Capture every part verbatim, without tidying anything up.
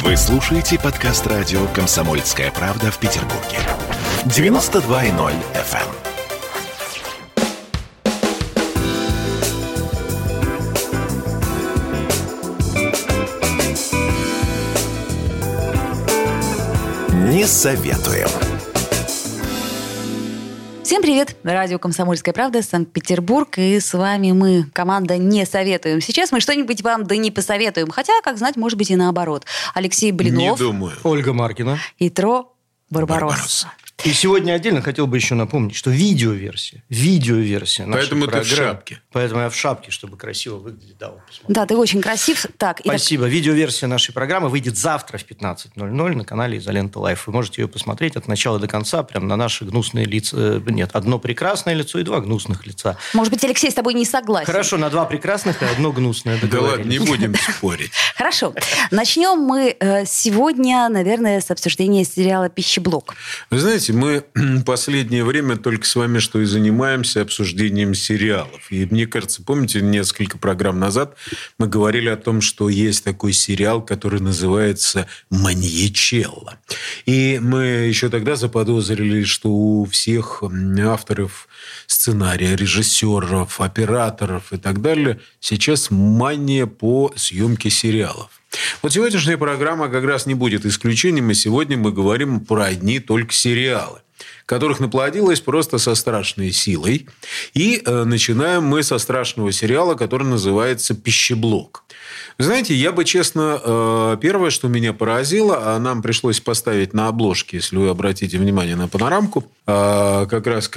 Вы слушаете подкаст радио «Комсомольская правда» в Петербурге. девяносто два и ноль эф эм. Не советуем. Всем привет! Радио «Комсомольская правда», Санкт-Петербург. И с вами мы, команда «Не советуем». Сейчас мы что-нибудь вам да не посоветуем. Хотя, как знать, может быть и наоборот. Алексей Блинов. Не думаю. Ольга Маркина. И Тро Барбаросса. И сегодня отдельно хотел бы еще напомнить, что видеоверсия, видеоверсия нашей Поэтому программы, ты в шапке. Поэтому я в шапке, чтобы красиво выглядеть. Да, вот, да, ты очень красив. Так, Спасибо. Итак... Видеоверсия нашей программы выйдет завтра в пятнадцать ноль ноль на канале «Изолента Лайф». Вы можете ее посмотреть от начала до конца, прям на наши гнусные лица. Нет, одно прекрасное лицо и два гнусных лица. Может быть, Алексей с тобой не согласен. Хорошо, на два прекрасных и одно гнусное. Да ладно, не будем спорить. Хорошо. Начнем мы сегодня, наверное, с обсуждения сериала «Пищеблок». Вы знаете, мы последнее время только с вами что и занимаемся обсуждением сериалов. И мне кажется, помните, несколько программ назад мы говорили о том, что есть такой сериал, который называется «Маньячелло». И мы еще тогда заподозрили, что у всех авторов сценария, режиссеров, операторов и так далее сейчас мания по съемке сериалов. Вот сегодняшняя программа как раз не будет исключением, и сегодня мы говорим про одни только сериалы, которых наплодилось просто со страшной силой. И э, начинаем мы со страшного сериала, который называется «Пищеблок». Вы знаете, я бы, честно, э, первое, что меня поразило, а нам пришлось поставить на обложке, если вы обратите внимание на панорамку, э, как раз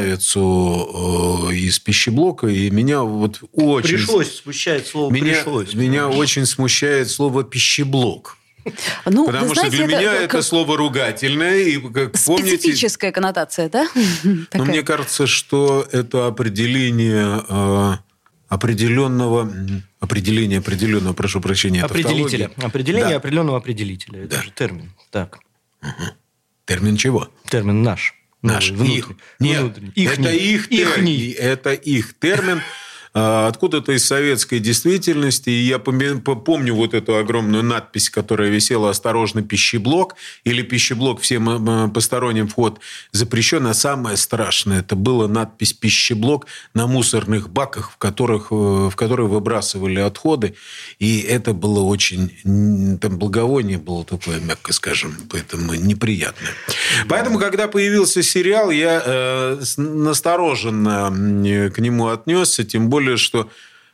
красавицу э, из «Пищеблока», и меня вот очень... Пришлось, смущает слово меня, «пришлось». Меня очень смущает слово «пищеблок». Ну, Потому что знаете, для это меня как... это слово ругательное. И, как помните, специфическая коннотация, да? Но мне кажется, что это определение э, определенного... Определение определенного, прошу прощения, определителя. Тавтология. Определение да. определенного определителя. Это да. же термин. Так. Угу. Термин чего? Термин наш. Наш. Новый, их. внутренний. Нет, Ихний. это их термин. Это их термин. Откуда-то из советской действительности. И я помню вот эту огромную надпись, которая висела «Осторожно, пищеблок» или «Пищеблок, всем посторонним вход запрещен». А самое страшное, это была надпись «Пищеблок» на мусорных баках, в которых, в которые выбрасывали отходы. И это было очень... Там благовоние было такое, мягко скажем, поэтому неприятное. Поэтому, когда появился сериал, я э, настороженно к нему отнесся, тем более, что...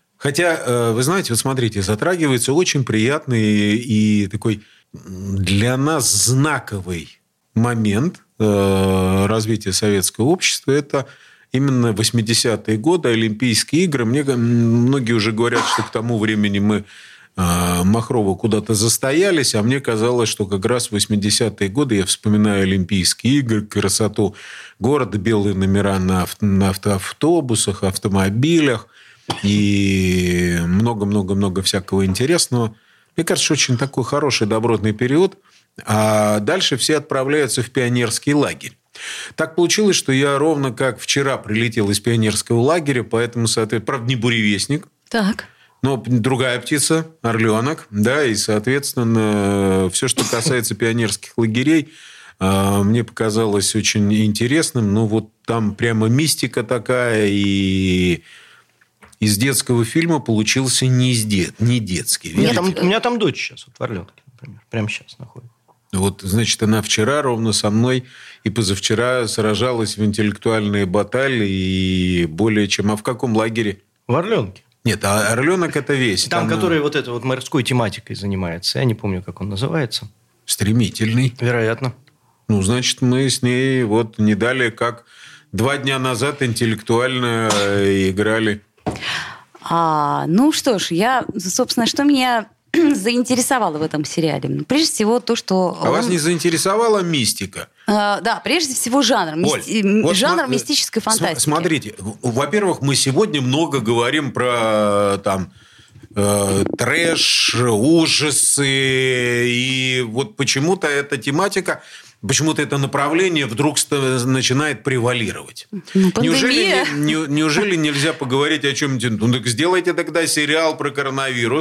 Хотя, вы знаете, вот смотрите, затрагивается очень приятный и такой для нас знаковый момент развития советского общества. Это именно восьмидесятые годы, Олимпийские игры. Мне многие уже говорят, что к тому времени мы махрово куда-то застоялись, а мне казалось, что как раз в восьмидесятые годы я вспоминаю Олимпийские игры, красоту города, белые номера на, авто, на автоавтобусах, автомобилях и много-много-много всякого интересного. Мне кажется, очень такой хороший, добротный период. А дальше все отправляются в пионерский лагерь. Так получилось, что я ровно как вчера прилетел из пионерского лагеря, поэтому, соответственно, правда, не буревестник. Так. Но другая птица, орленок, да, и, соответственно, все, что касается пионерских лагерей, мне показалось очень интересным. Ну, вот там прямо мистика такая, и из детского фильма получился не, из де... не детский. У меня, там, у меня там дочь сейчас, вот в Орленке, например, прямо сейчас находится. Вот, значит, она вчера ровно со мной и позавчера сражалась в интеллектуальные баталии, и более чем... А в каком лагере? В Орленке. Нет, а орленок это весь. Там, там, который вот этой вот морской тематикой занимается. Я не помню, как он называется. Стремительный. Вероятно. Ну, значит, мы с ней вот не далее, как два дня назад интеллектуально играли. А, ну что ж, я, собственно, что меня заинтересовало в этом сериале? Прежде всего, то, что... А он... вас не заинтересовала мистика? А, да, прежде всего, жанр. Оль, Мисти... вот жанр см... мистической фантастики. Смотрите, во-первых, мы сегодня много говорим про там, э, трэш, ужасы. И вот почему-то эта тематика... Почему-то это направление вдруг начинает превалировать. Ну, неужели, не, не, неужели нельзя поговорить о чем-нибудь? Ну, так сделайте тогда сериал про коронавирус,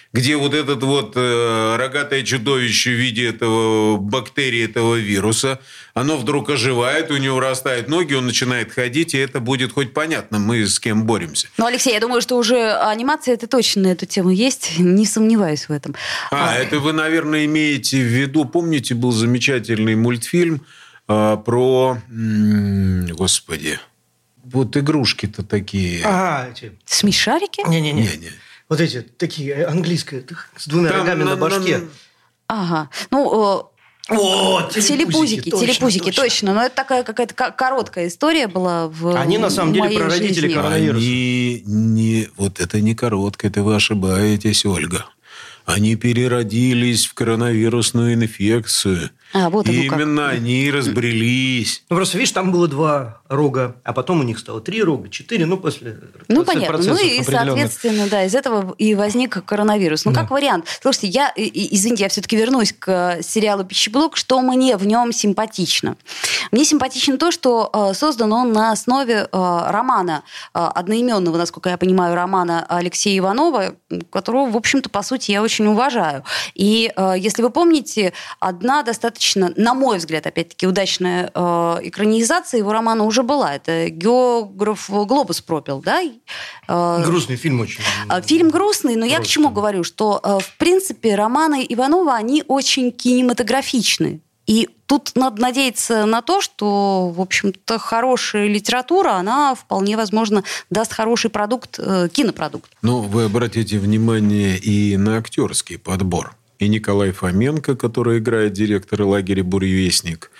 где вот этот вот э, рогатое чудовище в виде этого бактерии, этого вируса, оно вдруг оживает, у него растают ноги, он начинает ходить, и это будет хоть понятно, мы с кем боремся. Ну, Алексей, я думаю, что уже анимация это точно на эту тему есть, не сомневаюсь в этом. А, а... это вы, наверное, имеете в виду, помните, был замечательный мультфильм э, про, м- господи, вот игрушки-то такие. Ага, эти. Смешарики? Не-не-не. Не-не. Вот эти, такие, английские, с двумя Там рогами на, на башке. На... Ага. Ну, о, телепузики, точно, телепузики, точно. точно. Но это такая какая-то короткая история была в Они, на самом деле, про родителей коронавируса. Они не... Вот это не короткая, это вы ошибаетесь, Ольга. Они переродились в коронавирусную инфекцию. А, вот и как. именно они и разбрелись. Ну, просто, видишь, там было два рога, а потом у них стало три рога, четыре, ну, после Ну, понятно. Ну, и, соответственно, да, из этого и возник коронавирус. Ну, да. Как вариант. Слушайте, я, извините, я все-таки вернусь к сериалу «Пищеблок». Что мне в нем симпатично? Мне симпатично то, что создан он на основе романа одноименного, насколько я понимаю, романа Алексея Иванова, которого, в общем-то, по сути, я очень уважаю. И, если вы помните, одна достаточно, на мой взгляд, опять-таки, удачная э, экранизация его романа уже была. Это «Географ глобус пропил», да? Э, грустный фильм очень. Фильм грустный, но Просто. Я к чему говорю, что, э, в принципе, романы Иванова, они очень кинематографичны. И тут надо надеяться на то, что, в общем-то, хорошая литература, она вполне возможно даст хороший продукт, э, кинопродукт. Ну, вы обратите внимание и на актерский подбор. И Николай Фоменко, который играет директора лагеря «Буревестник»,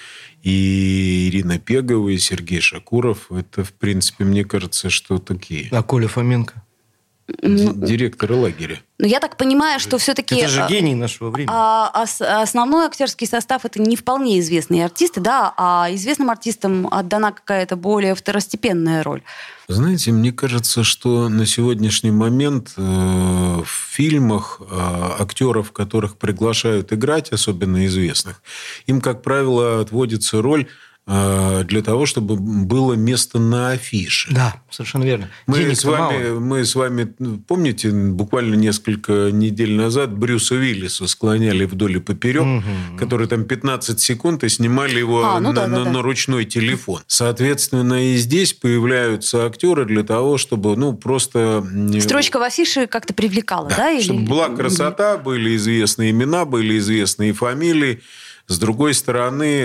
и Ирина Пегова, и Сергей Шакуров. Это, в принципе, мне кажется, что такие. А Коля Фоменко? Д- директора лагеря. Ну, я так понимаю, что все-таки... Это же гений нашего времени. А, а, основной актерский состав – это не вполне известные артисты, да, а известным артистам отдана какая-то более второстепенная роль. Знаете, мне кажется, что на сегодняшний момент э, в фильмах э, актеров, которых приглашают играть, особенно известных, им, как правило, отводится роль для того, чтобы было место на афише. Да, совершенно верно. Мы с, вами, мы с вами, помните, буквально несколько недель назад Брюса Уиллиса склоняли вдоль и поперек, угу. который там пятнадцать секунд, и снимали его а, ну на, да, на, да, на ручной телефон. Соответственно, и здесь появляются актеры для того, чтобы, ну, просто... Строчка в афише как-то привлекала, да? да или... Чтобы была красота, были известные имена, были известные фамилии. С другой стороны,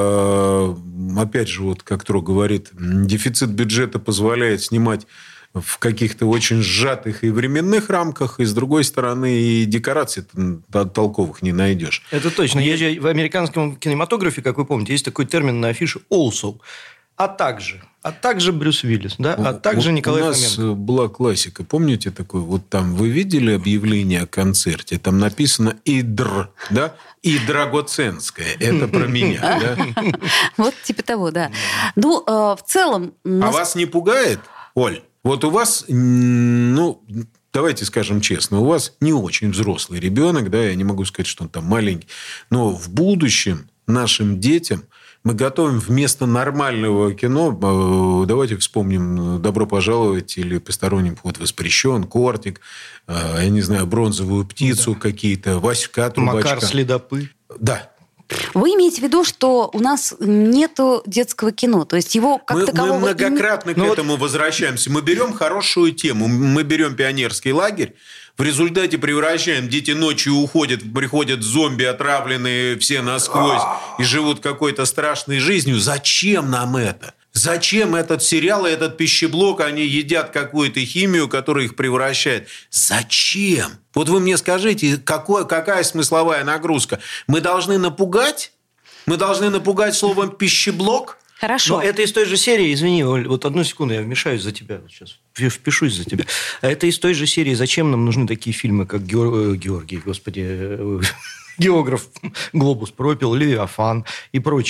опять же, вот как Тро говорит, дефицит бюджета позволяет снимать в каких-то очень сжатых и временных рамках, и с другой стороны, и декораций толковых не найдешь. Это точно. Есть же в американском кинематографе, как вы помните, есть такой термин на афише «also». А также, а также Брюс Уиллис, да, а также у, Николай Фоменко. У нас Фоменко. Была классика, помните такой? Вот там вы видели объявление о концерте? Там написано «Идр», да? И драгоценская. Это про меня, да? Вот типа того, да. Ну, в целом... А вас не пугает, Оль? Вот у вас, ну... Давайте скажем честно, у вас не очень взрослый ребенок, да, я не могу сказать, что он там маленький, но в будущем нашим детям мы готовим вместо нормального кино, давайте вспомним «Добро пожаловать» или «Посторонним вход воспрещен», «Кортик», я не знаю, «Бронзовую птицу», да. Какие-то, «Васька Трубачка». «Макар Следопы». Да. Вы имеете в виду, что у нас нету детского кино? То есть его как мы, такового... Мы многократно и... к ну, этому вот... возвращаемся. Мы берем хорошую тему. Мы берем пионерский лагерь. В результате превращаем, дети ночью уходят, приходят зомби, отравленные все насквозь, и живут какой-то страшной жизнью. Зачем нам это? Зачем этот сериал и этот пищеблок? Они едят какую-то химию, которая их превращает. Зачем? Вот вы мне скажите, какой, какая смысловая нагрузка? Мы должны напугать? Мы должны напугать словом «пищеблок»? Хорошо. Но это из той же серии, извини, Оль, вот одну секунду, я вмешаюсь за тебя. Вот сейчас впишусь за тебя. Это из той же серии «Зачем нам нужны такие фильмы, как Геор... Георгий, господи, «Географ глобус пропил», «Левиафан» и прочие.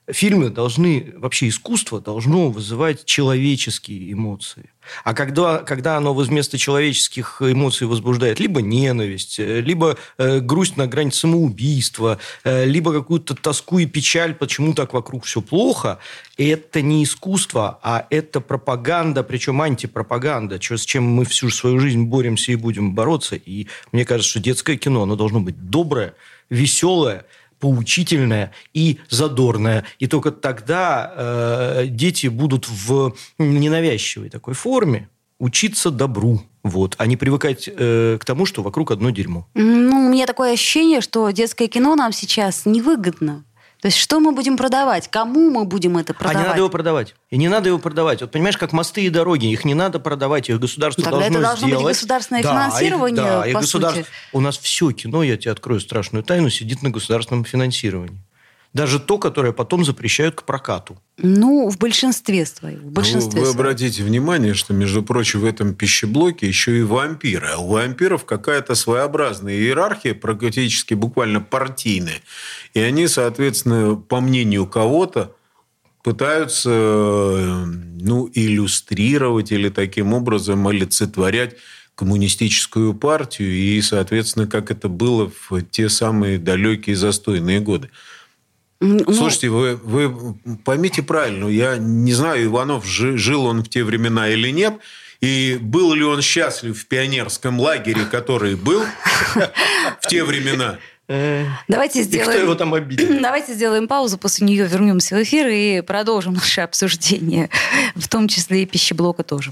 фильмы должны, вообще искусство должно вызывать человеческие эмоции. А когда, когда оно вместо человеческих эмоций возбуждает либо ненависть, либо э, грусть на грани самоубийства, э, либо какую-то тоску и печаль, почему так вокруг все плохо, это не искусство, а это пропаганда, причем антипропаганда, с чем мы всю свою жизнь боремся и будем бороться. И мне кажется, что детское кино, оно должно быть доброе, веселое, поучительное и задорное. И только тогда э, дети будут в ненавязчивой такой форме учиться добру, вот, а не привыкать э, к тому, что вокруг одно дерьмо. Ну, у меня такое ощущение, что детское кино нам сейчас невыгодно. То есть, что мы будем продавать? Кому мы будем это продавать? А не надо его продавать. И не надо его продавать. Вот понимаешь, как мосты и дороги, их не надо продавать, их государство Тогда должно это должно сделать. быть государственное да, финансирование, их, да, по и государство... сути. У нас все кино, я тебе открою страшную тайну, сидит на государственном финансировании. Даже то, которое потом запрещают к прокату. Ну, в большинстве своем. В большинстве ну, вы своем. обратите внимание, что, между прочим, в этом пищеблоке еще и вампиры. А у вампиров какая-то своеобразная иерархия, практически буквально партийная. И они, соответственно, по мнению кого-то, пытаются ну, иллюстрировать или таким образом олицетворять коммунистическую партию. И, соответственно, как это было в те самые далекие застойные годы. Ну, слушайте, вы, вы поймите правильно, я не знаю, Иванов, жил он в те времена или нет, и был ли он счастлив в пионерском лагере, который был в те времена. Давайте сделаем... И кто его там обидел? Давайте сделаем паузу, после нее вернемся в эфир и продолжим наше обсуждение, в том числе и пищеблока тоже.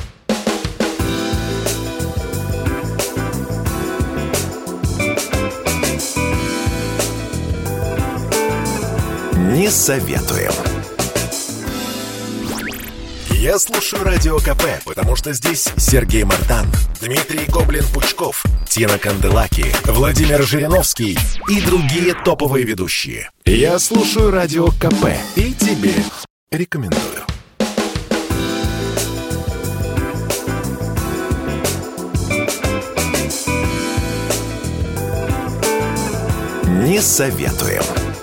Не советуем. Я слушаю Радио КП, потому что здесь Сергей Мартан, Дмитрий Гоблин-Пучков, Тина Канделаки, Владимир Жириновский и другие топовые ведущие. Я слушаю Радио КП и тебе рекомендую. Не советуем.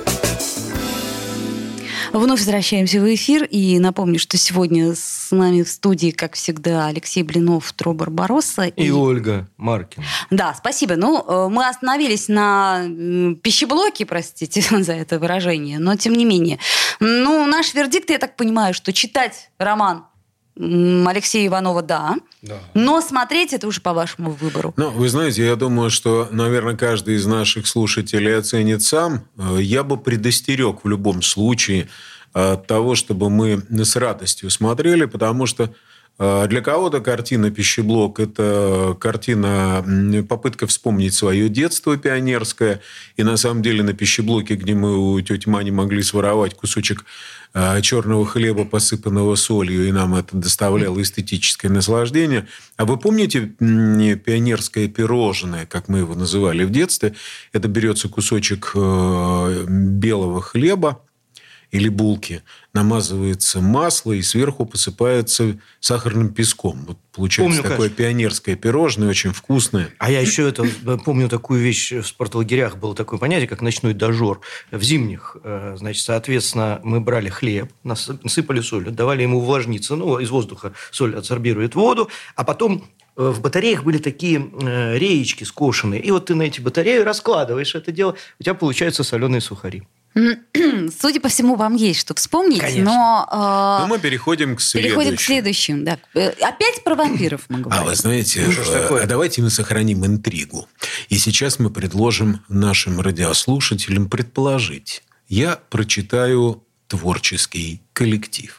Вновь возвращаемся в эфир. И напомню, что сегодня с нами в студии, как всегда, Алексей Блинов, Тро Барбаросса. И, и Ольга Маркина. Да, спасибо. Ну, мы остановились на пищеблоке, простите за это выражение, но тем не менее. Ну, наш вердикт, я так понимаю, что читать роман Алексея Иванова, да. да. Но смотреть это уже по вашему выбору. Ну, вы знаете, я думаю, что, наверное, каждый из наших слушателей оценит сам. Я бы предостерег в любом случае от того, чтобы мы с радостью смотрели, потому что для кого-то картина «Пищеблок» – это картина, попытка вспомнить свое детство пионерское. И на самом деле на «Пищеблоке», где мы у тети Мани могли своровать кусочек черного хлеба, посыпанного солью, и нам это доставляло эстетическое наслаждение. А вы помните пионерское пирожное, как мы его называли в детстве? Это берется кусочек белого хлеба или булки, намазывается масло и сверху посыпается сахарным песком. Вот получается помню, такое конечно. Пионерское пирожное, очень вкусное. А я еще это помню такую вещь. В спортлагерях было такое понятие, как ночной дожор. В зимних, значит, соответственно, мы брали хлеб, насыпали соль, давали ему увлажниться. Ну, из воздуха соль адсорбирует воду. А потом в батареях были такие реечки скошенные. И вот ты на эти батареи раскладываешь это дело, у тебя получаются соленые сухари. Судя по всему, вам есть что вспомнить, конечно. но... Э, но мы переходим к следующему. Переходим к следующему, да. Опять про вампиров мы говорим. А вы знаете, ну, а давайте мы сохраним интригу. И сейчас мы предложим нашим радиослушателям предположить. Я прочитаю творческий коллектив.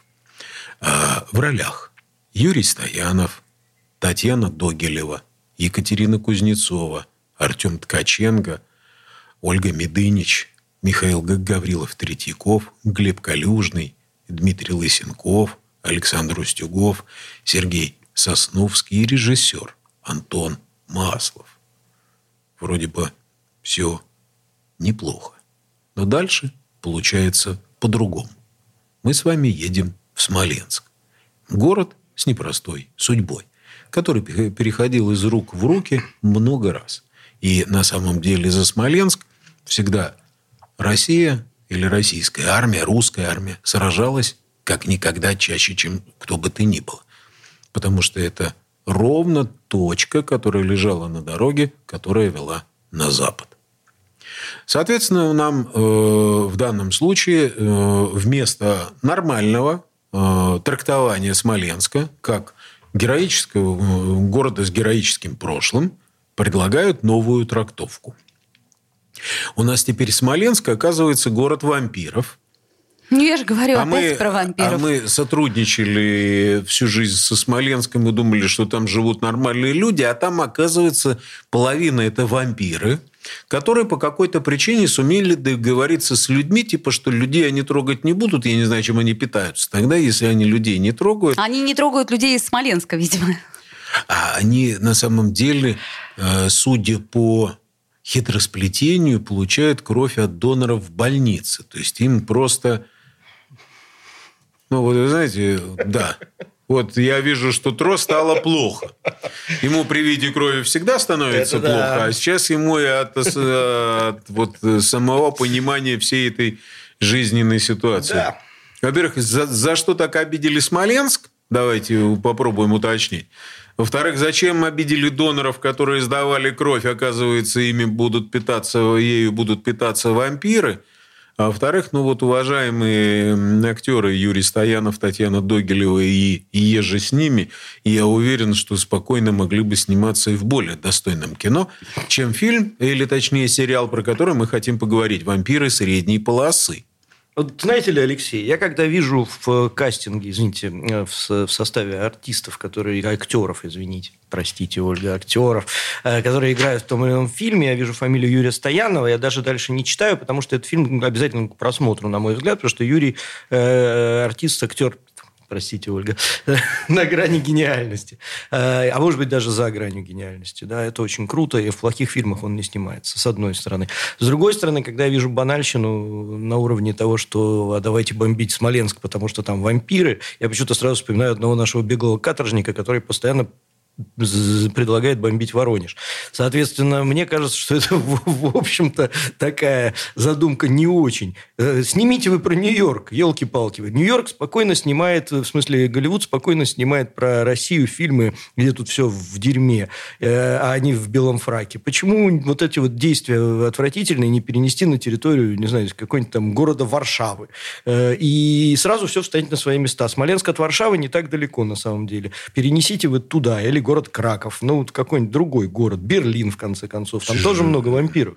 В ролях Юрий Стоянов, Татьяна Догилева, Екатерина Кузнецова, Артем Ткаченко, Ольга Медынич, Михаил Гаврилов-Третьяков, Глеб Калюжный, Дмитрий Лысенков, Александр Устюгов, Сергей Сосновский и режиссер Антон Маслов. Вроде бы все неплохо. Но дальше получается по-другому. Мы с вами едем в Смоленск. Город с непростой судьбой, который переходил из рук в руки много раз. И на самом деле за Смоленск всегда Россия или российская армия, русская армия сражалась как никогда чаще, чем кто бы ты ни был. Потому что это ровно точка, которая лежала на дороге, которая вела на запад. Соответственно, нам э, в данном случае э, вместо нормального э, трактования Смоленска как героического э, города с героическим прошлым предлагают новую трактовку. У нас теперь Смоленск, оказывается, город вампиров. Ну, я же говорю а опять мы, про вампиров. А мы сотрудничали всю жизнь со Смоленском и думали, что там живут нормальные люди, а там, оказывается, половина – это вампиры, которые по какой-то причине сумели договориться с людьми, типа, что людей они трогать не будут, я не знаю, чем они питаются. Тогда, если они людей не трогают... Они не трогают людей из Смоленска, видимо. А они, на самом деле, судя по хитросплетению, получают кровь от доноров в больнице. То есть, им просто... Ну, вот вы знаете, да. Вот я вижу, что Тро стало плохо. Ему при виде крови всегда становится Это плохо, да. а сейчас ему и от, от вот, самого понимания всей этой жизненной ситуации. Да. Во-первых, за, за что так обидели Смоленск? Давайте попробуем уточнить. Во-вторых, зачем обидели доноров, которые сдавали кровь? Оказывается, ими будут питаться, ею будут питаться вампиры. А во-вторых, ну вот уважаемые актеры Юрий Стоянов, Татьяна Догилева и, и еже с ними, я уверен, что спокойно могли бы сниматься и в более достойном кино, чем фильм, или точнее сериал, про который мы хотим поговорить «Вампиры средней полосы». Вот знаете ли, Алексей, я когда вижу в кастинге, извините, в, в составе артистов, которые, актеров, извините, простите, Ольга, актеров, которые играют в том или ином фильме, я вижу фамилию Юрия Стоянова, я даже дальше не читаю, потому что этот фильм обязательно к просмотру, на мой взгляд, потому что Юрий э, артист, актер, простите, Ольга, на грани гениальности. А может быть, даже за гранью гениальности. Да, это очень круто, и в плохих фильмах он не снимается, с одной стороны. С другой стороны, когда я вижу банальщину на уровне того, что а давайте бомбить Смоленск, потому что там вампиры, я почему-то сразу вспоминаю одного нашего беглого каторжника, который постоянно предлагает бомбить Воронеж. Соответственно, мне кажется, что это, в общем-то, такая задумка не очень. Снимите вы про Нью-Йорк, елки-палки. Нью-Йорк спокойно снимает, в смысле, Голливуд спокойно снимает про Россию фильмы, где тут все в дерьме, а они в белом фраке. Почему вот эти вот действия отвратительные не перенести на территорию, не знаю, какой-нибудь там города Варшавы? И сразу все встанет на свои места. Смоленск от Варшавы не так далеко, на самом деле. Перенесите вы туда, или город Краков, ну, вот какой-нибудь другой город, Берлин, в конце концов, там тоже много вампиров.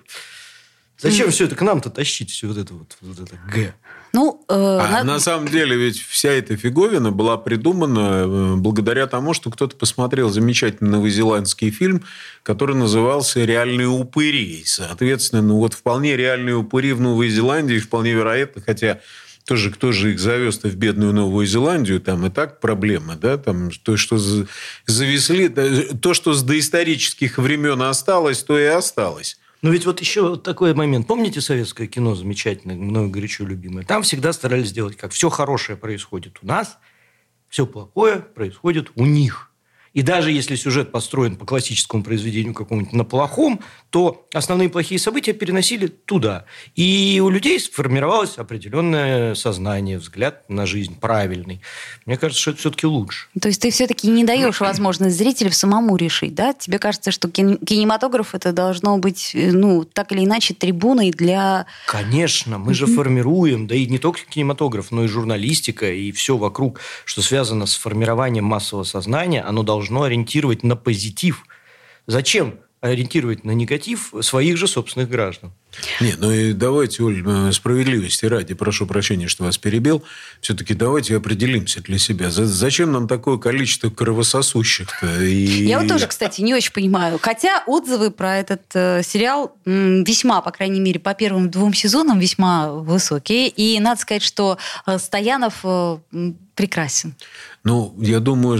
Зачем mm. все это к нам-то тащить, все вот это вот, вот это Г? Ну, э, а на... на самом деле ведь вся эта фиговина была придумана благодаря тому, что кто-то посмотрел замечательный новозеландский фильм, который назывался «Реальные упыри». Соответственно, ну вот вполне реальные упыри в Новой Зеландии, вполне вероятно, хотя... Тоже, кто же их завез-то в бедную Новую Зеландию? Там и так проблемы, да? Там то, что завезли, то, что с доисторических времен осталось, то и осталось. Но ведь вот еще такой момент. Помните советское кино замечательное, мною горячо любимое? Там всегда старались сделать как? Все хорошее происходит у нас, все плохое происходит у них. И даже если сюжет построен по классическому произведению какому-нибудь на плохом, то основные плохие события переносили туда. И у людей сформировалось определенное сознание, взгляд на жизнь правильный. Мне кажется, что это все-таки лучше. То есть ты все-таки не даешь возможность зрителю самому решить, да? Тебе кажется, что кинематограф это должно быть, ну, так или иначе, трибуной для... Конечно, мы же формируем, да и не только кинематограф, но и журналистика, и все вокруг, что связано с формированием массового сознания, оно должно должно ориентировать на позитив. Зачем ориентировать на негатив своих же собственных граждан? Не, ну и давайте, Оль, справедливости ради, прошу прощения, что вас перебил, все-таки давайте определимся для себя. Зачем нам такое количество кровососущих-то? И... Я вот тоже, кстати, не очень понимаю. Хотя отзывы про этот э, сериал м, весьма, по крайней мере, по первым двум сезонам весьма высокие. И надо сказать, что э, Стоянов э, прекрасен. Ну, я думаю,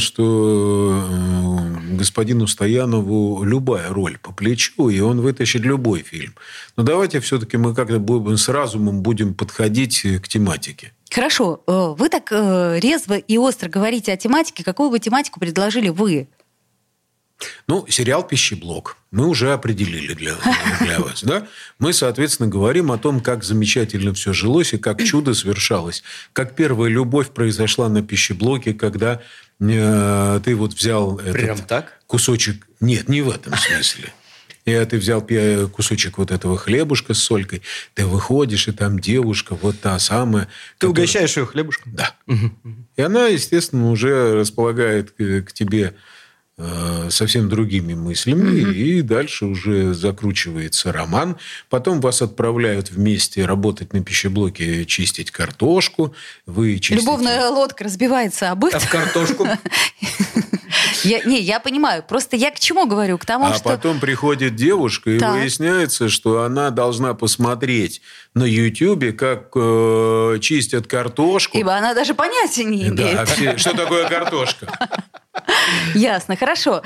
что э, господину Стоянову любая роль по плечу, и он вытащит любой фильм. Но давайте все-таки мы как-то будем с разумом будем подходить к тематике. Хорошо. Вы так резво и остро говорите о тематике. Какую бы тематику предложили вы? Ну, сериал «Пищеблок» мы уже определили для, для вас. Да? Мы, соответственно, говорим о том, как замечательно все жилось и как чудо совершалось. Как первая любовь произошла на пищеблоке, когда э, ты вот взял Прям этот так? кусочек... Нет, не в этом смысле. И ты взял кусочек вот этого хлебушка с солькой, ты выходишь, и там девушка, вот та самая... Ты которая... угощаешь ее хлебушком? Да. Угу. И она, естественно, уже располагает к, к тебе э, совсем другими мыслями, угу. и дальше уже закручивается роман. Потом вас отправляют вместе работать на пищеблоке, чистить картошку. Вы чистите... Любовная лодка разбивается об это. А в картошку? Я, не, я понимаю. Просто я к чему говорю? К тому, а что... потом приходит девушка, и так. выясняется, что она должна посмотреть на Ютьюбе, как э, чистят картошку. Ибо она даже понятия не имеет. Да, все... Что такое картошка? Ясно, хорошо.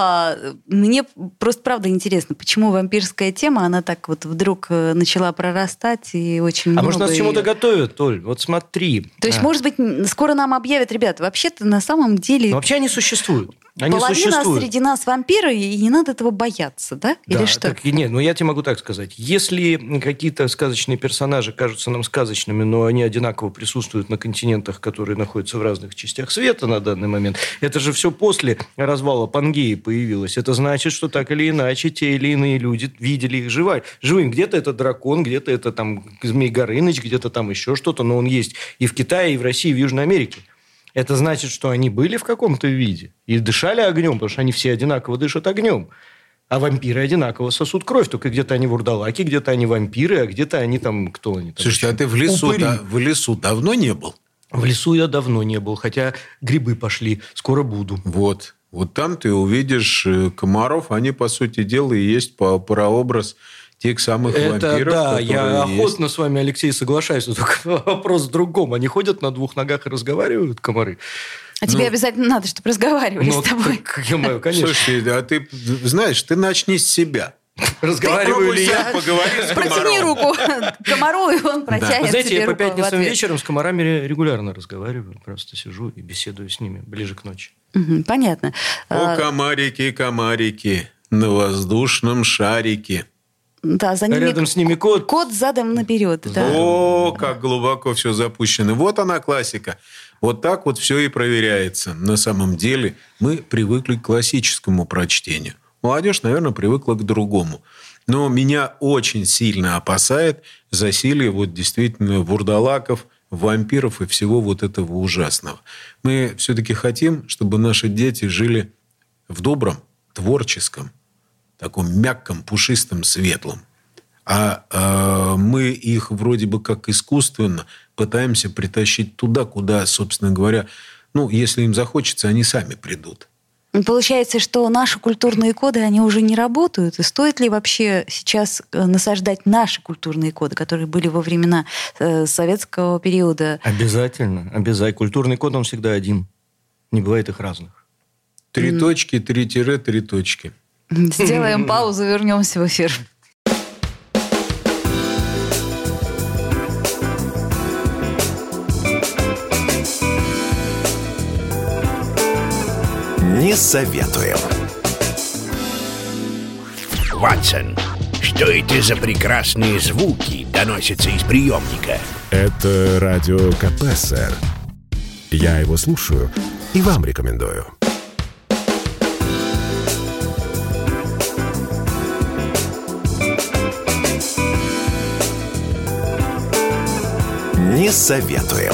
Мне просто правда интересно, почему вампирская тема, она так вот вдруг начала прорастать и очень много... А может, нас ее... чему-то готовят, Толь? Вот смотри. То есть, а. может быть, скоро нам объявят, ребята, вообще-то на самом деле... Но вообще они существуют. Они Половина существуют. среди нас вампиры, и не надо этого бояться, да? Да, или что? Так, нет, ну я тебе могу так сказать. Если какие-то сказочные персонажи кажутся нам сказочными, но они одинаково присутствуют на континентах, которые находятся в разных частях света на данный момент, это же все после развала Пангеи появилось. Это значит, что так или иначе те или иные люди видели их живы. живым. Где-то это дракон, где-то это там Змей Горыныч, где-то там еще что-то, но он есть и в Китае, и в России, и в Южной Америке. Это значит, что они были в каком-то виде и дышали огнем, потому что они все одинаково дышат огнем. А вампиры одинаково сосут кровь. Только где-то они вурдалаки, где-то они вампиры, а где-то они там... Кто они? Там Слушайте, а ты в лесу, да, в лесу давно не был? В лесу я давно не был, хотя грибы пошли. Скоро буду. Вот. Вот там ты увидишь комаров. Они, по сути дела, и есть прообраз тех самых это, вампиров, да, я охотно есть. с вами, Алексей, соглашаюсь. Только вопрос в другом. Они ходят на двух ногах и разговаривают, комары? А ну, тебе обязательно надо, чтобы разговаривали ну, с тобой. Так, ё-моё, конечно. Слушай, а ты знаешь, ты начни с себя. Разговариваю ли я? Протяни руку комару, и он протянет Вы знаете, тебе я по руку в пятницам ответ. вечером с комарами регулярно разговариваю. Просто сижу и беседую с ними ближе к ночи. Угу, понятно. О, комарики, комарики, на воздушном шарике. Да, за ними Рядом с ними кот. Кот задом наперед. Да. О, как глубоко все запущено. Вот она классика. Вот так вот все и проверяется. На самом деле мы привыкли к классическому прочтению. Молодежь, наверное, привыкла к другому. Но меня очень сильно опасает засилье вот действительно вурдалаков, вампиров и всего вот этого ужасного. Мы все-таки хотим, чтобы наши дети жили в добром, творческом, таком мягком, пушистом, светлом. А э, мы их вроде бы как искусственно пытаемся притащить туда, куда, собственно говоря, ну, если им захочется, они сами придут. Получается, что наши культурные коды, они уже не работают. И стоит ли вообще сейчас насаждать наши культурные коды, которые были во времена э, советского периода? Обязательно, обязательно. Культурный код, он всегда один. Не бывает их разных. Три mm. точки, три тире, три точки. Сделаем паузу, вернемся в эфир. Не советуем. Ватсон, что это за прекрасные звуки доносятся из приемника? Это радио КП, сэр. Я его слушаю и вам рекомендую. Не советуем.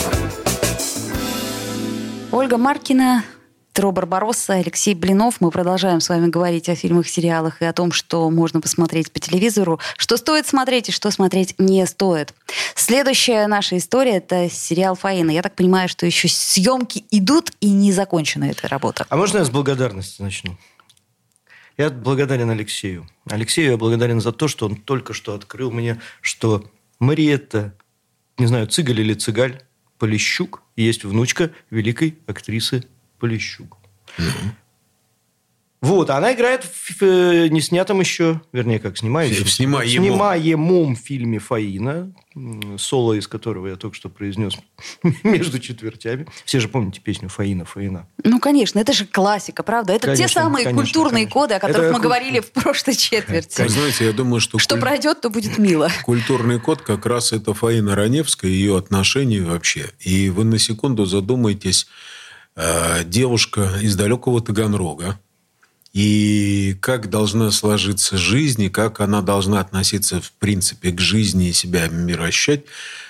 Ольга Маркина, Тро Барбаросса, Алексей Блинов. Мы продолжаем с вами говорить о фильмах, сериалах и о том, что можно посмотреть по телевизору, что стоит смотреть и что смотреть не стоит. Следующая наша история – это сериал «Фаина». Я так понимаю, что еще съемки идут и не закончена эта работа. А можно я с благодарности начну? Я благодарен Алексею. Алексею я благодарен за то, что он только что открыл мне, что Мариетта, не знаю, Цыгаль или Цыгаль, Полищук, есть внучка великой актрисы Полищук. Mm-hmm. Вот, она играет в э, неснятом еще, вернее, как снимающем, в снимаемом. снимаемом фильме «Фаина», соло из которого я только что произнес между четвертями. Все же помните песню «Фаина, Фаина». Ну, конечно, это же классика, правда? Это конечно, те самые конечно, культурные конечно. коды, о которых это мы говорили в прошлой четверти. Вы знаете, я думаю, что... Что куль... пройдет, то будет мило. Культурный код как раз это Фаина Раневская, ее отношения вообще. И вы на секунду задумаетесь, э, девушка из далекого Таганрога, и как должна сложиться жизнь, и как она должна относиться, в принципе, к жизни и себя мирощать.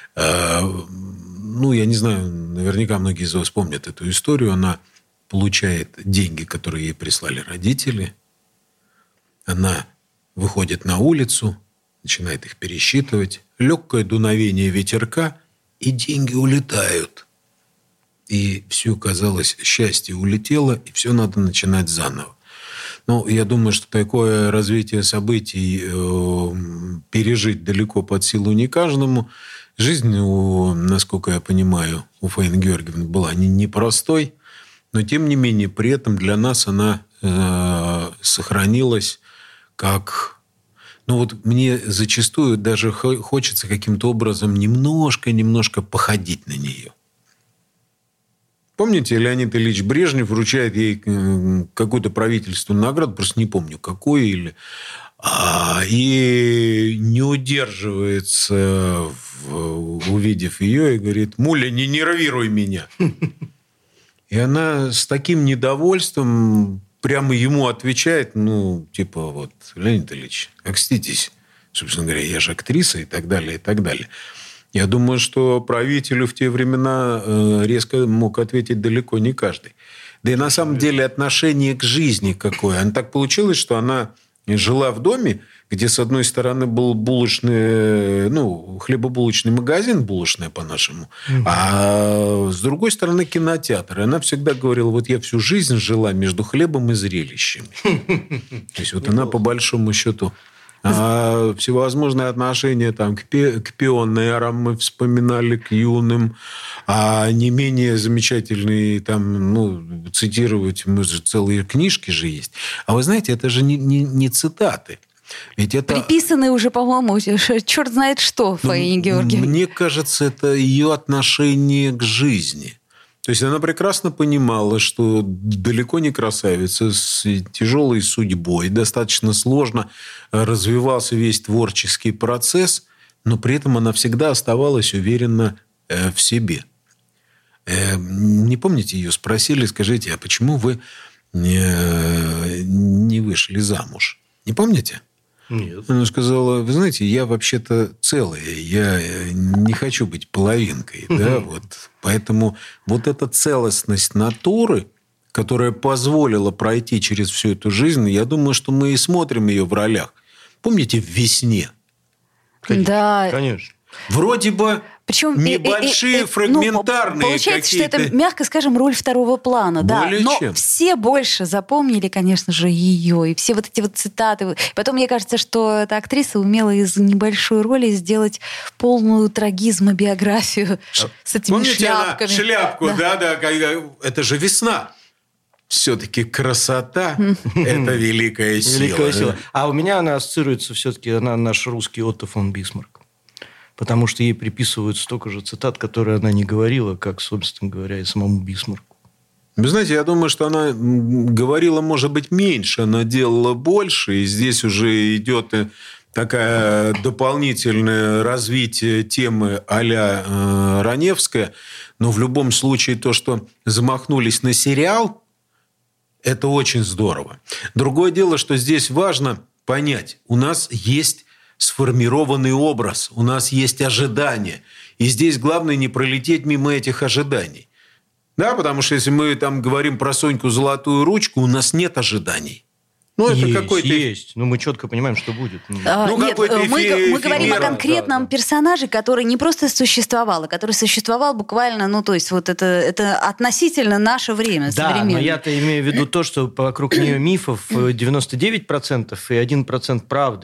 Ну, я не знаю, наверняка многие из вас помнят эту историю. Она получает деньги, которые ей прислали родители. Она выходит на улицу, начинает их пересчитывать. Легкое дуновение ветерка, и деньги улетают. И все, казалось, счастье улетело, и все надо начинать заново. Ну, я думаю, что такое развитие событий э, пережить далеко под силу не каждому. Жизнь, у, насколько я понимаю, у Фаины Георгиевны была не, непростой, но, тем не менее, при этом для нас она э, сохранилась как... Ну, вот мне зачастую даже хочется каким-то образом немножко-немножко походить на нее. Помните, Леонид Ильич Брежнев вручает ей какую-то правительственную награду, просто не помню, какую, или... А, и не удерживается, увидев ее, и говорит: «Муля, не нервируй меня». И она с таким недовольством прямо ему отвечает, ну, типа, вот, Леонид Ильич, окститесь, собственно говоря, я же актриса, и так далее, и так далее. Я думаю, что правителю в те времена резко мог ответить далеко не каждый. Да и на самом деле отношение к жизни какое. Оно так получилось, что она жила в доме, где с одной стороны был булочный, ну, хлебобулочный магазин, булочная по-нашему, угу. а с другой стороны кинотеатр. И она всегда говорила: вот я всю жизнь жила между хлебом и зрелищами. То есть вот она по большому счету... А всевозможные отношения там, к, пи- к пионерам мы вспоминали, к юным, а не менее замечательные, там, ну, цитировать, мы же целые книжки же есть. А вы знаете, это же не, не, не цитаты. Ведь это... Приписанные уже, по-моему, черт знает что, Фаине ну, Георгиевне. Мне кажется, это ее отношение к жизни. То есть она прекрасно понимала, что далеко не красавица, с тяжелой судьбой, достаточно сложно развивался весь творческий процесс, но при этом она всегда оставалась уверена в себе. Не помните, ее спросили: скажите, а почему вы не, не вышли замуж? Не помните? Нет. Она сказала: вы знаете, я вообще-то целая, я не хочу быть половинкой. Да? Вот. Поэтому вот эта целостность натуры, которая позволила пройти через всю эту жизнь, я думаю, что мы и смотрим ее в ролях. Помните, в «Весне»? Конечно. Да. Конечно. Вроде бы Причем небольшие, и, и, и, фрагментарные ну, получается, какие-то... что это, мягко скажем, роль второго плана. Более да. Но чем. все больше запомнили, конечно же, ее. И все вот эти вот цитаты. Потом, мне кажется, что эта актриса умела из небольшой роли сделать полную трагизма биографию а, с этими помните, шляпками. Она шляпку, да, да, да. Это же «Весна». Все-таки красота – это великая сила. Великая сила. А у меня она ассоциируется все-таки, она наш русский Отто фон Бисмарк. Потому что ей приписывают столько же цитат, которые она не говорила, как, собственно говоря, и самому Бисмарку. Вы знаете, я думаю, что она говорила, может быть, меньше, она делала больше. И здесь уже идет такое дополнительное развитие темы а-ля э, Раневская. Но в любом случае то, что замахнулись на сериал, это очень здорово. Другое дело, что здесь важно понять. У нас есть сформированный образ, у нас есть ожидания. И здесь главное не пролететь мимо этих ожиданий. Да, потому что если мы там говорим про Соньку Золотую Ручку, у нас нет ожиданий. Ну, это есть, какой-то... есть. Но мы четко понимаем, что будет. А, ну, нет, какой-то мы, эфи- мы говорим о эфемерно. конкретном Да, да. персонаже, который не просто существовал, а который существовал буквально, ну, то есть вот это, это относительно наше время, Да, современное. но я-то имею в виду то, что вокруг нее мифов девяносто девять процентов и один процент правды.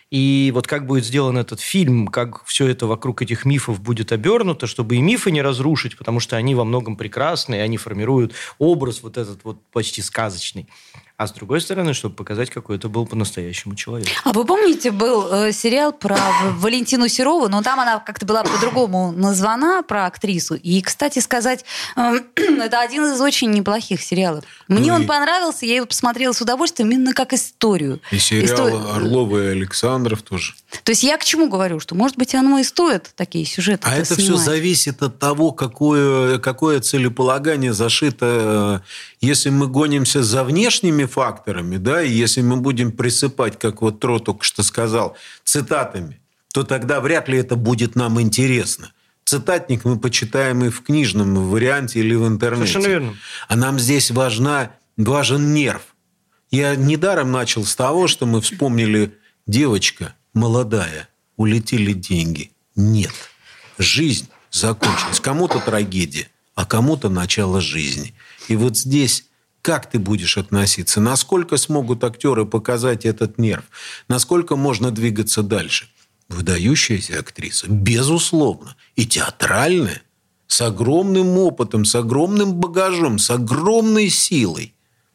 И вот как будет сделан этот фильм, как все это вокруг этих мифов будет обернуто, чтобы и мифы не разрушить, потому что они во многом прекрасны, и они формируют образ вот этот вот почти сказочный. А с другой стороны, чтобы показать, какой это был по-настоящему человек. А вы помните, был э, сериал про Валентину Серову, но там она как-то была по-другому названа, про актрису. И, кстати сказать, э, это один из очень неплохих сериалов. Мне ну он и... понравился, я его посмотрела с удовольствием именно как историю. И сериал Истор... Орлова и Александров тоже. То есть я к чему говорю? Что, может быть, оно и стоит такие сюжеты. А это снимать. все зависит от того, какое, какое целеполагание зашито. Если мы гонимся за внешними факторами, да, и если мы будем присыпать, как вот Тро только что сказал, цитатами, то тогда вряд ли это будет нам интересно. Цитатник мы почитаем и в книжном варианте или в интернете. Совершенно верно. А нам здесь важна, важен нерв. Я недаром начал с того, что мы вспомнили девочка молодая, улетели деньги. Нет. Жизнь закончилась. Кому-то трагедия, а кому-то начало жизни. И вот здесь как ты будешь относиться? Насколько смогут актеры показать этот нерв? Насколько можно двигаться дальше? Выдающаяся актриса, безусловно. И театральная, с огромным опытом, с огромным багажом, с огромной силой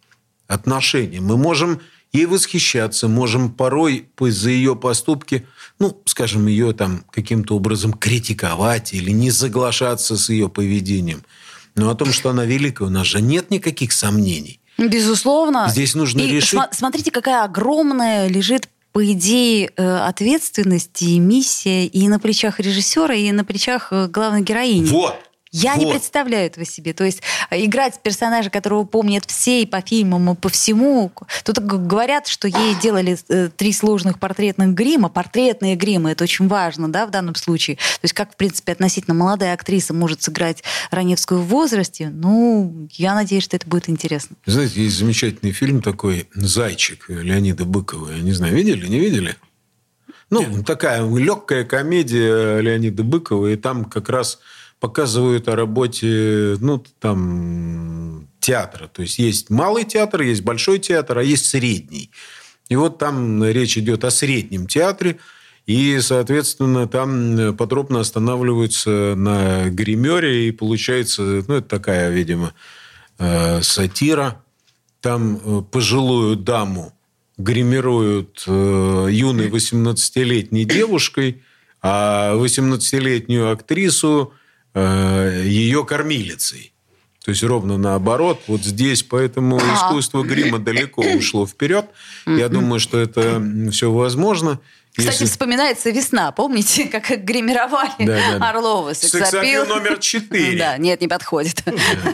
отношения. Мы можем ей восхищаться, можем порой за ее поступки, ну, скажем, ее там каким-то образом критиковать или не соглашаться с ее поведением. Но о том, что она великая, у нас же нет никаких сомнений. Безусловно. Здесь нужно и решить... Смотрите, какая огромная лежит, по идее, ответственность и миссия и на плечах режиссера, и на плечах главной героини. Вот. Я вот. не представляю этого себе. То есть играть персонажа, которого помнят все и по фильмам, и по всему. Тут говорят, что ей делали три сложных портретных грима. Портретные гримы, это очень важно, да, в данном случае. То есть как, в принципе, относительно молодая актриса может сыграть Раневскую в возрасте, ну, я надеюсь, что это будет интересно. Знаете, есть замечательный фильм такой «Зайчик» Леонида Быкова. Я не знаю, видели, не видели? Ну, Нет. такая легкая комедия Леонида Быкова, и там как раз показывают о работе, ну, там, театра. То есть, есть малый театр, есть большой театр, а есть средний. И вот там речь идет о среднем театре. И, соответственно, там подробно останавливаются на гримере. И получается, ну, это такая, видимо, сатира. Там пожилую даму гримируют юной восемнадцатилетней девушкой, а восемнадцатилетнюю актрису ее кормилицей. То есть ровно наоборот. Вот здесь поэтому искусство грима далеко ушло вперед. Я думаю, что это все возможно. Кстати, Если... вспоминается «Весна». Помните, как гримировали да, да. Орлова? Сексапил. Сексапил номер четыре. Да, нет, не подходит.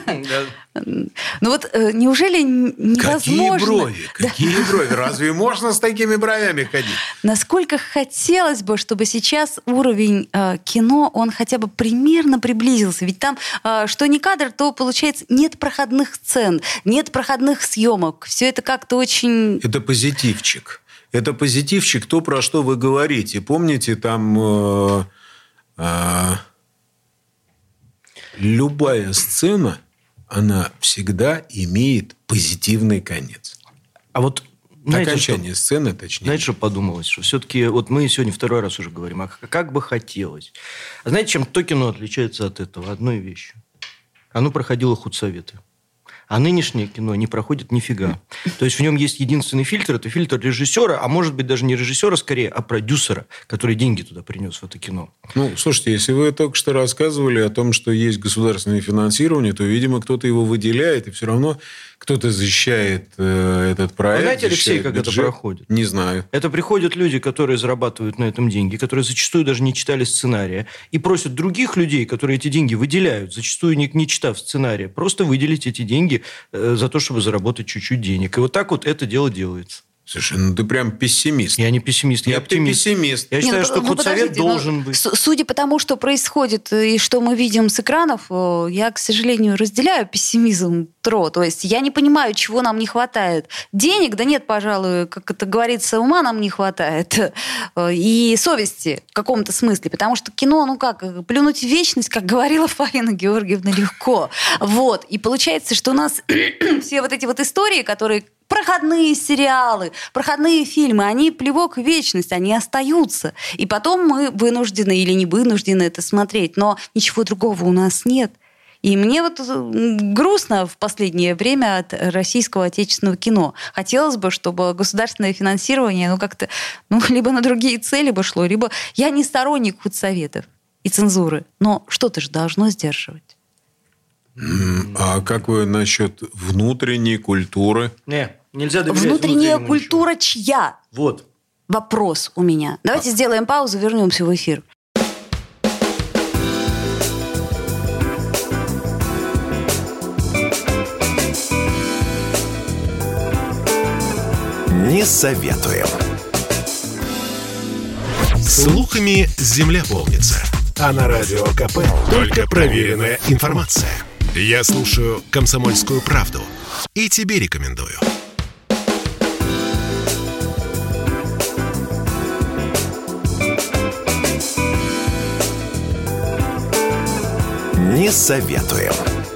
Ну вот неужели невозможно... Какие брови? Какие брови? Разве можно с такими бровями ходить? Насколько хотелось бы, чтобы сейчас уровень кино, он хотя бы примерно приблизился. Ведь там, что ни кадр, то, получается, нет проходных сцен, нет проходных съемок. Все это как-то очень... Это позитивчик. Это позитивчик, то, про что вы говорите. Помните, там э, э, любая сцена, она всегда имеет позитивный конец. А вот знаете, окончание что, сцены, точнее. Знаете, что подумалось? Что все-таки, вот мы сегодня второй раз уже говорим, а как бы хотелось. А знаете, чем то кино отличается от этого? Одной вещью. Оно проходило худсоветы. А нынешнее кино не проходит нифига. То есть в нем есть единственный фильтр, это фильтр режиссера, а может быть даже не режиссера скорее, а продюсера, который деньги туда принес в это кино. Ну, слушайте, если вы только что рассказывали о том, что есть государственное финансирование, то, видимо, кто-то его выделяет, и все равно кто-то защищает э, этот проект. Вы знаете, Алексей, как бюджет? Это проходит? Не знаю. Это приходят люди, которые зарабатывают на этом деньги, которые зачастую даже не читали сценария, и просят других людей, которые эти деньги выделяют, зачастую не, не читав сценария, просто выделить эти деньги э, за то, чтобы заработать чуть-чуть денег. И вот так вот это дело делается. Слушай, ну ты прям пессимист. Я не пессимист, я, я оптимист. Ты пессимист. Я считаю, не, ну, что ну, худсовет должен быть. Судя по тому, что происходит и что мы видим с экранов, я, к сожалению, разделяю пессимизм Тро. То есть я не понимаю, чего нам не хватает. Денег, да нет, пожалуй, как это говорится, ума нам не хватает. И совести в каком-то смысле. Потому что кино, ну как, плюнуть в вечность, как говорила Фаина Георгиевна, легко. Вот. И получается, что у нас все вот эти вот истории, которые проходные сериалы, проходные фильмы, они плевок в вечность, они остаются. И потом мы вынуждены или не вынуждены это смотреть, но ничего другого у нас нет. И мне вот грустно в последнее время от российского отечественного кино. Хотелось бы, чтобы государственное финансирование, ну, как-то, ну, либо на другие цели бы шло, либо я не сторонник худсоветов и цензуры, но что-то же должно сдерживать. А как вы насчет внутренней культуры? Не, нельзя доверять внутренняя культура ничего. Чья? Вот. Вопрос у меня. Давайте а... сделаем паузу, вернемся в эфир. Не советуем. Слухами земля полнится. А на Радио КП только проверенная информация. Я слушаю «Комсомольскую правду» и тебе рекомендую. Не советуем.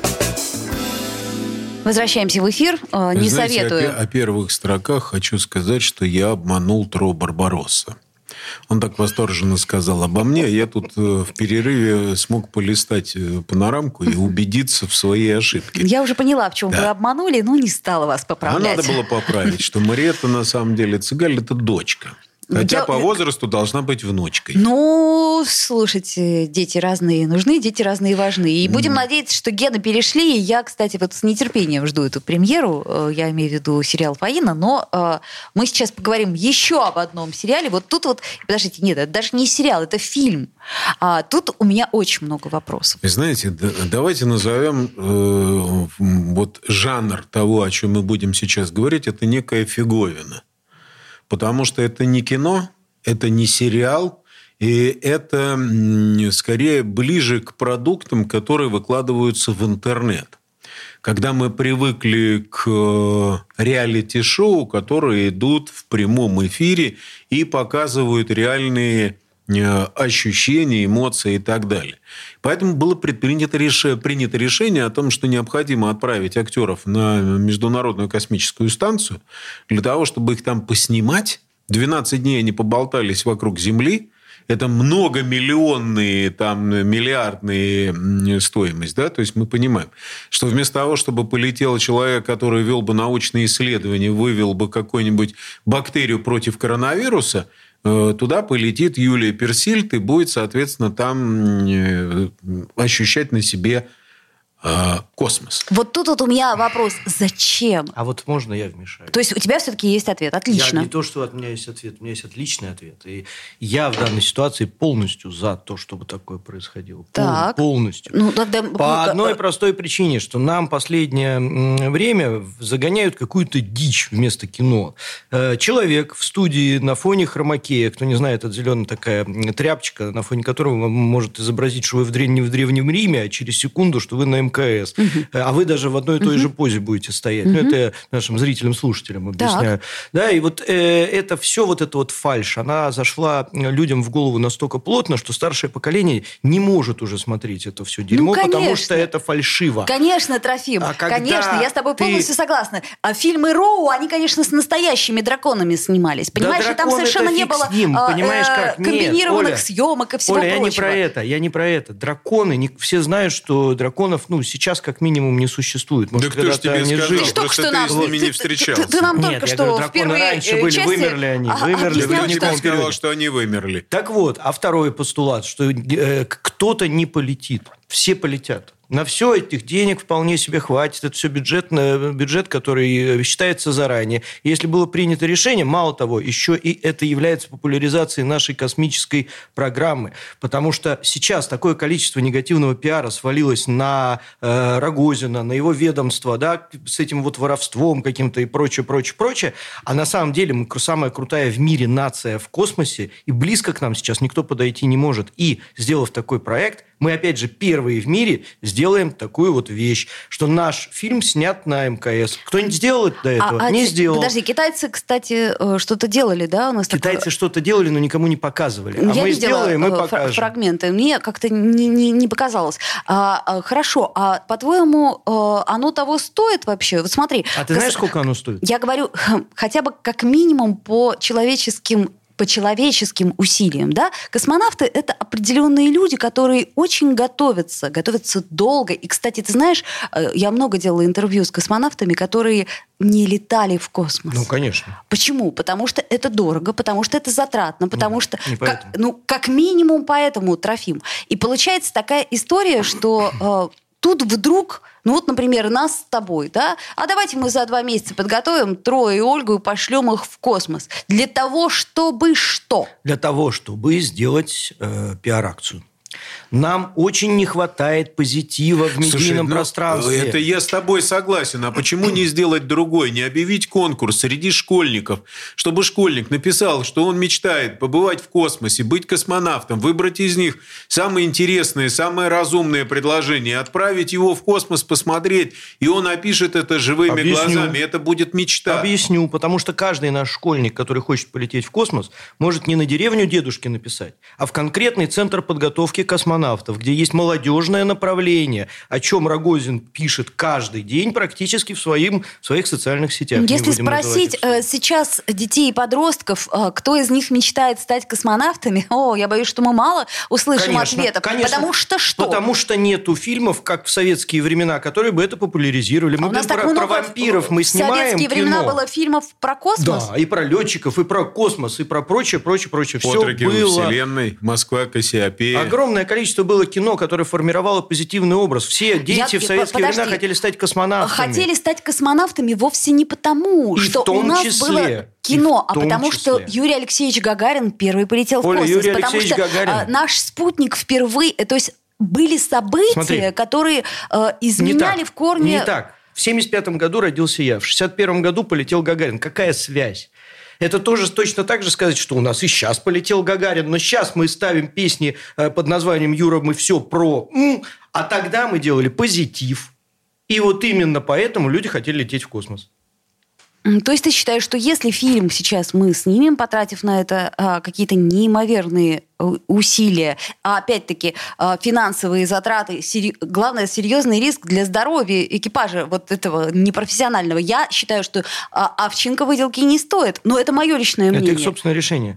Возвращаемся в эфир. Не Знаете, советую. О, о первых строках хочу сказать, что я обманул Тро Барбаросса. Он так восторженно сказал обо мне. Я тут в перерыве смог полистать панорамку и убедиться в своей ошибке. Я уже поняла, в чем да. вы обманули, но не стала вас поправлять. А надо было поправить, что Мариэтта на самом деле Цыгаль – это дочка. Хотя я... по возрасту должна быть внучкой. Ну, слушайте, дети разные нужны, дети разные важны. И будем mm. надеяться, что гены перешли. Я, кстати, вот с нетерпением жду эту премьеру. Я имею в виду сериал «Фаина». Но э, мы сейчас поговорим еще об одном сериале. Вот тут вот... Подождите, нет, это даже не сериал, это фильм. А тут у меня очень много вопросов. Вы знаете, да, давайте назовем э, вот жанр того, о чем мы будем сейчас говорить. Это некая фиговина. Потому что это не кино, это не сериал, и это скорее ближе к продуктам, которые выкладываются в интернет. Когда мы привыкли к реалити-шоу, которые идут в прямом эфире и показывают реальные ощущения, эмоции и так далее. Поэтому было предпринято решение, принято решение о том, что необходимо отправить актеров на Международную космическую станцию для того, чтобы их там поснимать. двенадцать дней они поболтались вокруг Земли. Это многомиллионные, там, миллиардные стоимость. Да? То есть мы понимаем, что вместо того, чтобы полетел человек, который вел бы научные исследования, вывел бы какую-нибудь бактерию против коронавируса, туда полетит Юлия Персильд и будет, соответственно, там ощущать на себе космос. Вот тут вот у меня вопрос. Зачем? А вот можно я вмешаюсь? То есть у тебя все-таки есть ответ. Отлично. Я не то, что от меня есть ответ. У меня есть отличный ответ. И я в данной ситуации полностью за то, чтобы такое происходило. Так. Полностью. Ну, тогда... По одной простой причине, что нам последнее время загоняют какую-то дичь вместо кино. Человек в студии на фоне хромакея, кто не знает, это зеленая такая тряпочка, на фоне которого может изобразить, что вы в древ... не в Древнем Риме, а через секунду, что вы на эм ка эс. Uh-huh. А вы даже в одной и той uh-huh. же позе будете стоять. Uh-huh. Ну, это я нашим зрителям, слушателям объясняю. Так. Да, и вот э, это все, вот эта вот фальшь, она зашла людям в голову настолько плотно, что старшее поколение не может уже смотреть это все дерьмо, ну, потому что это фальшиво. Конечно, Трофим, а конечно, я с тобой ты... полностью согласна. А фильмы Роу, они, конечно, с настоящими драконами снимались. Понимаешь, да, там совершенно не было ним, а, понимаешь, как? Нет, комбинированных Оля, съемок и всего Оля, прочего. я не про это, я не про это. Драконы, не, все знают, что драконов, ну, сейчас как минимум не существует. Может, да кто ж тебе они сказал? Ты Просто ты с ними ты, не встречался. Ты, ты, ты нам Нет, только я что говорю, в первые раньше были, части... вымерли они, а, вымерли. Кто тебе что... сказал, что они вымерли? Так вот, а второй постулат, что э, кто-то не полетит, все полетят. На все этих денег вполне себе хватит. Это все бюджет, бюджет, который считается заранее. Если было принято решение, мало того, еще и это является популяризацией нашей космической программы. Потому что сейчас такое количество негативного пиара свалилось на э, Рогозина, на его ведомство, да, с этим вот воровством каким-то и прочее, прочее, прочее. А на самом деле мы самая крутая в мире нация в космосе, и близко к нам сейчас никто подойти не может. И, сделав такой проект, Мы, опять же, первые в мире сделаем такую вот вещь, что наш фильм снят на МКС. Кто-нибудь сделал это до этого? А, не а, сделал. Подожди, китайцы, кстати, что-то делали, да? У нас китайцы такое... что-то делали, но никому не показывали. А Я мы видела сделаем и покажем. Фрагменты. Мне как-то не, не, не показалось. А, а, хорошо, а по-твоему, оно того стоит вообще? Вот смотри. А ты кос... знаешь, сколько оно стоит? Я говорю, хотя бы как минимум по человеческим по человеческим усилиям, да, космонавты — это определенные люди, которые очень готовятся, готовятся долго. И, кстати, ты знаешь, я много делала интервью с космонавтами, которые не летали в космос. Ну, конечно. Почему? Потому что это дорого, потому что это затратно, потому ну, что, как, ну, как минимум поэтому, Трофим. И получается такая история, что э, тут вдруг... Ну вот, например, нас с тобой, да? А давайте мы за два месяца подготовим Троя и Ольгу и пошлем их в космос. Для того, чтобы что? Для того, чтобы сделать э, пиар-акцию. Нам очень не хватает позитива в медийном Слушай, ну, пространстве. Это я с тобой согласен. А почему не сделать другой? Не объявить конкурс среди школьников, чтобы школьник написал, что он мечтает побывать в космосе, быть космонавтом, выбрать из них самые интересные, самые разумные предложения, отправить его в космос, посмотреть, и он опишет это живыми Объясню. глазами. Это будет мечта. Объясню. Потому что каждый наш школьник, который хочет полететь в космос, может не на деревню дедушки написать, а в конкретный центр подготовки космонавтов, где есть молодежное направление, о чем Рогозин пишет каждый день практически в, своим, в своих социальных сетях. Если спросить э, сейчас детей и подростков, э, кто из них мечтает стать космонавтами, о, я боюсь, что мы мало услышим конечно, ответов. Конечно. Потому что что? Потому что нету фильмов, как в советские времена, которые бы это популяризировали. Мы а у нас про, так много про вампиров мы в снимаем советские кино. времена было фильмов про космос? Да, и про летчиков, и про космос, и про прочее, прочее, прочее. Отроки Все было. Вселенной, Москва, Кассиопея. Огромное количество было кино, которое формировало позитивный образ. Все дети Я, в советские подожди, времена хотели стать космонавтами. Хотели стать космонавтами вовсе не потому, И что в том у нас числе, было кино, а том потому числе. что Юрий Алексеевич Гагарин первый полетел Оля, в космос. Юрий потому Алексеевич что Гагарин. а, наш спутник впервые... То есть были события, Смотри, которые а, изменяли не так, в корне... Не так. В семьдесят пятом году родился я. В шестьдесят первом году полетел Гагарин. Какая связь? Это тоже точно так же сказать, что у нас и сейчас полетел Гагарин, но сейчас мы ставим песни под названием «Юра, мы все про...», а тогда мы делали позитив. И вот именно поэтому люди хотели лететь в космос. То есть ты считаешь, что если фильм сейчас мы снимем, потратив на это а, какие-то неимоверные усилия, а опять-таки а, финансовые затраты, сери... главное, серьезный риск для здоровья экипажа вот этого непрофессионального, я считаю, что а, овчинка выделки не стоит. Но это мое личное мнение. Это их собственное решение.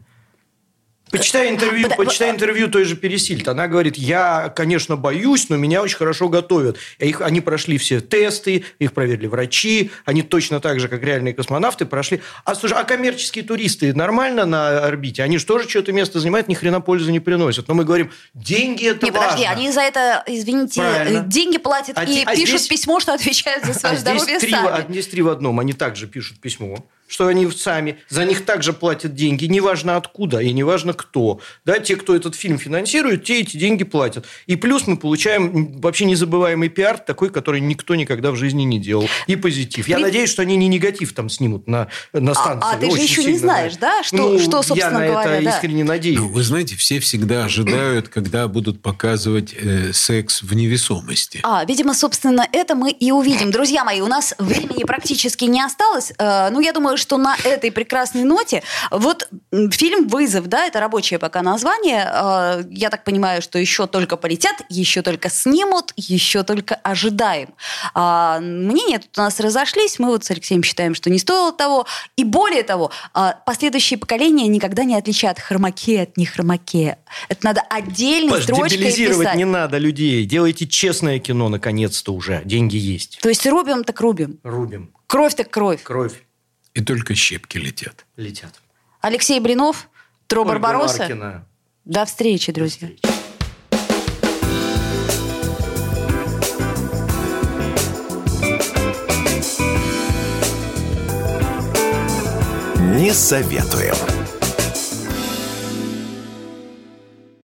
Почитай интервью, почитай интервью той же Пересильд. Она говорит, я, конечно, боюсь, но меня очень хорошо готовят. Их, они прошли все тесты, их проверили врачи, они точно так же, как реальные космонавты, прошли. А, слушай, а коммерческие туристы нормально на орбите? Они же тоже что-то место занимают, ни хрена пользы не приносят. Но мы говорим, деньги – это не, важно. подожди, они за это, извините, Правильно. деньги платят а и а пишут здесь, письмо, что отвечают за свое а здоровье здесь сами. Три, здесь три в одном. Они также пишут письмо, что они сами, за них также платят деньги, неважно откуда и неважно кто. Да, те, кто этот фильм финансирует, те эти деньги платят. И плюс мы получаем вообще незабываемый пиар, такой, который никто никогда в жизни не делал. И позитив. Я При... надеюсь, что они не негатив там снимут на, на станции. А, а ты же еще не знаешь, да, что, ну, что собственно я на говоря, это да. искренне надеюсь. Ну, вы знаете, все всегда ожидают, когда будут показывать э, секс в невесомости. А, видимо, собственно, это мы и увидим. Друзья мои, у нас времени практически не осталось. Э, ну, я думаю, что на этой прекрасной ноте вот фильм «Вызов», да, это рабочее пока название. Э, я так понимаю, что еще только полетят, еще только снимут, еще только ожидаем. Э, мнения тут у нас разошлись. Мы вот с Алексеем считаем, что не стоило того. И более того, э, последующие поколения никогда не отличат хромакея от нехромакея. Это надо отдельной Паш, строчкой дебилизировать писать. не надо людей. Делайте честное кино, наконец-то уже. Деньги есть. То есть рубим так рубим. Рубим. Кровь так кровь. Кровь. И только щепки летят. Летят. Алексей Блинов, Тро Ольга Барбаросса. Маркина. До встречи, друзья. До встречи. Не советуем.